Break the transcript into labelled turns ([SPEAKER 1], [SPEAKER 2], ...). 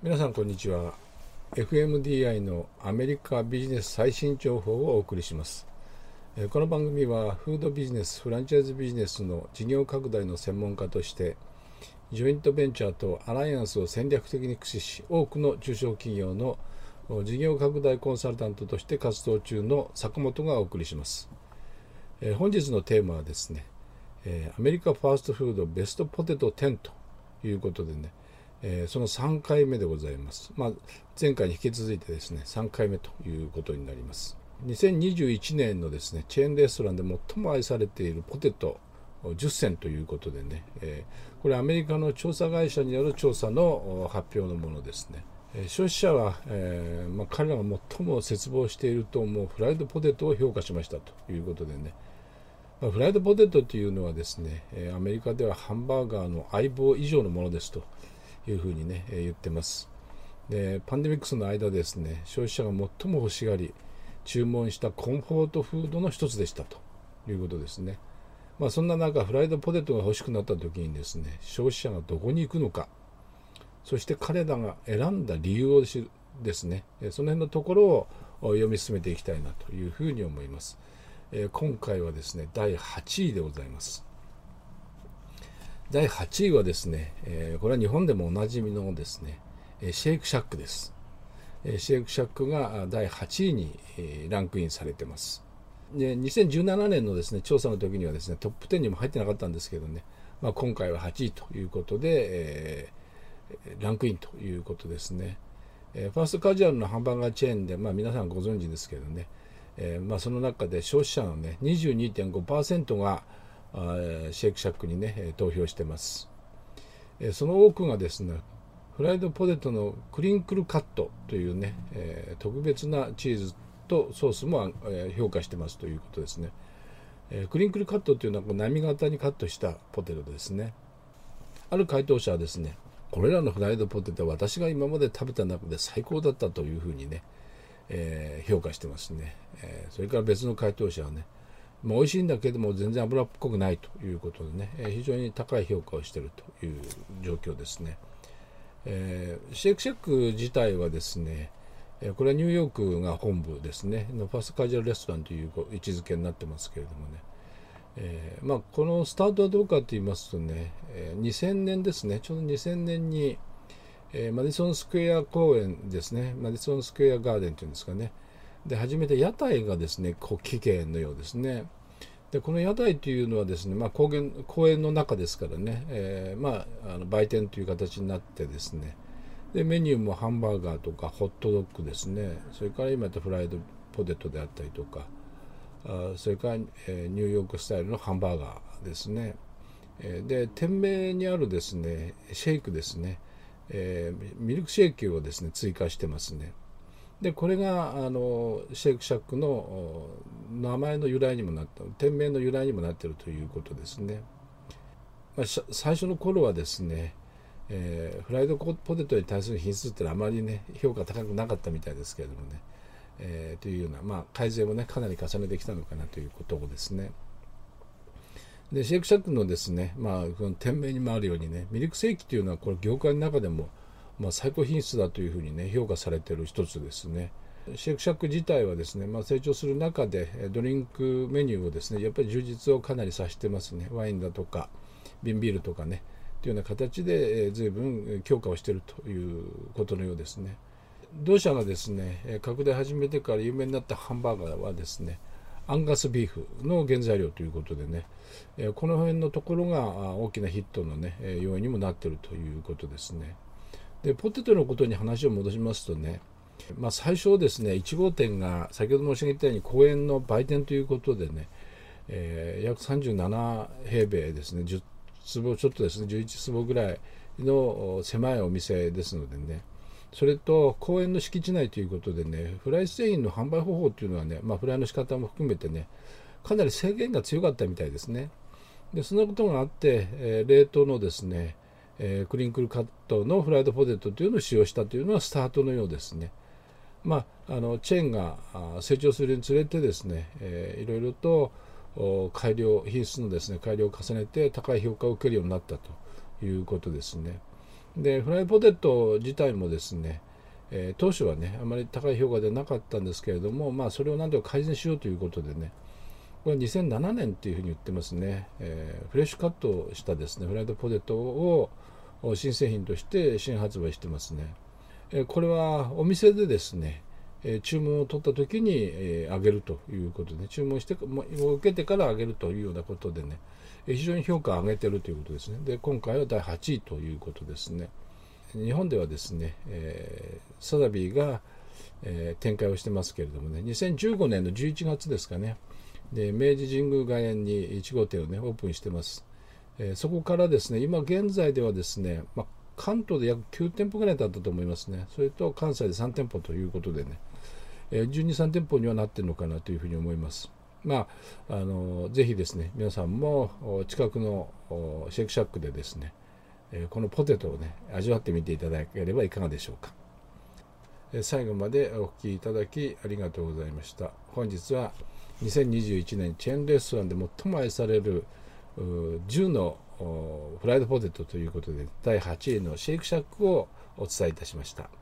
[SPEAKER 1] 皆さんこんにちは。 FMDI のアメリカビジネス最新情報をお送りします。この番組はフードビジネス、フランチャイズビジネスの事業拡大の専門家としてジョイントベンチャーとアライアンスを戦略的に駆使し、多くの中小企業の事業拡大コンサルタントとして活動中の坂本がお送りします。本日のテーマはですね、アメリカファーストフードベストポテト10ということでね、その3回目でございます。前回に引き続いてですね、3回目ということになります。2021年のですね、チェーンレストランで最も愛されているポテト10選ということでね、これアメリカの調査会社による調査の発表のものですね。消費者は、彼らが最も絶望していると思うフライドポテトを評価しましたということでね、フライドポテトというのはですね、アメリカではハンバーガーの相棒以上のものですというふうにね、言ってます。で、パンデミックスの間ですね、消費者が最も欲しがり注文したコンフォートフードの一つでしたということですね。そんな中、フライドポテトが欲しくなった時にですね、消費者がどこに行くのか、そして彼らが選んだ理由をですね、その辺のところを読み進めていきたいなというふうに思います。今回はですね、第8位でございます。第8位はですね、これは日本でもおなじみのですね、シェイクシャックです。シェイクシャックが第8位にランクインされています。で、2017年のですね、調査の時にはですね、トップ10にも入ってなかったんですけどね、今回は8位ということで、ランクインということですね。ファーストカジュアルのハンバーガーチェーンで、皆さんご存知ですけどね、その中で消費者のね 22.5% がシェイクシャックにね投票してます。その多くがですね、フライドポテトのクリンクルカットというね、特別なチーズとソースも評価してますということですね。クリンクルカットというのは波型にカットしたポテトですね。ある回答者はですね、これらのフライドポテトは私が今まで食べた中で最高だったというふうにね、評価してますね。それから別の回答者はね、美味しいんだけども全然脂っこくないということでね、非常に高い評価をしているという状況ですね。シェイクシャック自体はですね、これはニューヨークが本部ですねのファストカジュアルレストランという位置づけになってますけれどもね、このスタートはどうかと言いますとね、2000年ですね、ちょうど2000年に、マディソンスクエア公園ですね、マディソンスクエアガーデンというんですかね、で初めて屋台がですね国旗系のようですね。でこの屋台というのはですね、公園の中ですからね、売店という形になってですね、でメニューもハンバーガーとかホットドッグですね、それから今言ったフライドポテトであったりとか、それから、ニューヨークスタイルのハンバーガーですね。で店名にあるですねシェイクですね、ミルクシェイクをですね追加してますね。でこれがシェイクシャックの名前の由来にもなった、店名の由来にもなっているということですね。最初の頃はですね、フライドポテトに対する品質ってのはあまりね評価高くなかったみたいですけれどもね、というような、改善をねかなり重ねてきたのかなということですね。でシェイクシャックのですね、この店名にもあるようにね、ミルクセーキというのはこれ業界の中でも最高品質だというふうにね評価されている一つですね。シェイクシャック自体はですね、成長する中でドリンクメニューをですねやっぱり充実をかなりさせてますね。ワインだとか瓶ビールとかねというような形で随分強化をしているということのようですね。同社がですね拡大始めてから有名になったハンバーガーはですね、アンガスビーフの原材料ということでね、この辺のところが大きなヒットのね要因にもなっているということですね。でポテトのことに話を戻しますとね、最初ですね1号店が先ほど申し上げたように公園の売店ということでね、約37平米ですね、10坪ちょっとですね、11坪ぐらいの狭いお店ですのでね、それと公園の敷地内ということでね、フライ製品の販売方法というのはね、フライの仕方も含めてねかなり制限が強かったみたいですね。でそんなことがあって、冷凍のですね、クリンクルカットのフライドポテトというのを使用したというのはスタートのようですね。チェーンが成長するにつれてですね、いろいろと品質のですね改良を重ねて高い評価を受けるようになったということですね。 でフライポテト自体もですね、当初はねあまり高い評価ではなかったんですけれども、それを何とか改善しようということでね、これは2007年というふうに言ってますね、フレッシュカットしたですねフライドポテトを新製品として新発売してますね。これはお店でですね、注文を取った時にあげるということで、注文して受けてからあげるというようなことでね、非常に評価を上げているということですね。で今回は第8位ということですね。日本ではですね、サザビーが、展開をしてますけれどもね、2015年の11月ですかね、で明治神宮外苑に1号店をねオープンしてます。そこからですね、今現在ではですね、関東で約9店舗ぐらいだったと思いますね。それと関西で3店舗ということでね、12、3店舗にはなっているのかなというふうに思います。ぜひですね、皆さんも近くのシェイクシャックでですね、このポテトをね、味わってみていただければいかがでしょうか。最後までお聞きいただきありがとうございました。本日は2021年チェーンレストランで最も愛される10のフライドポテトということで第8位のシェイクシャックをお伝えいたしました。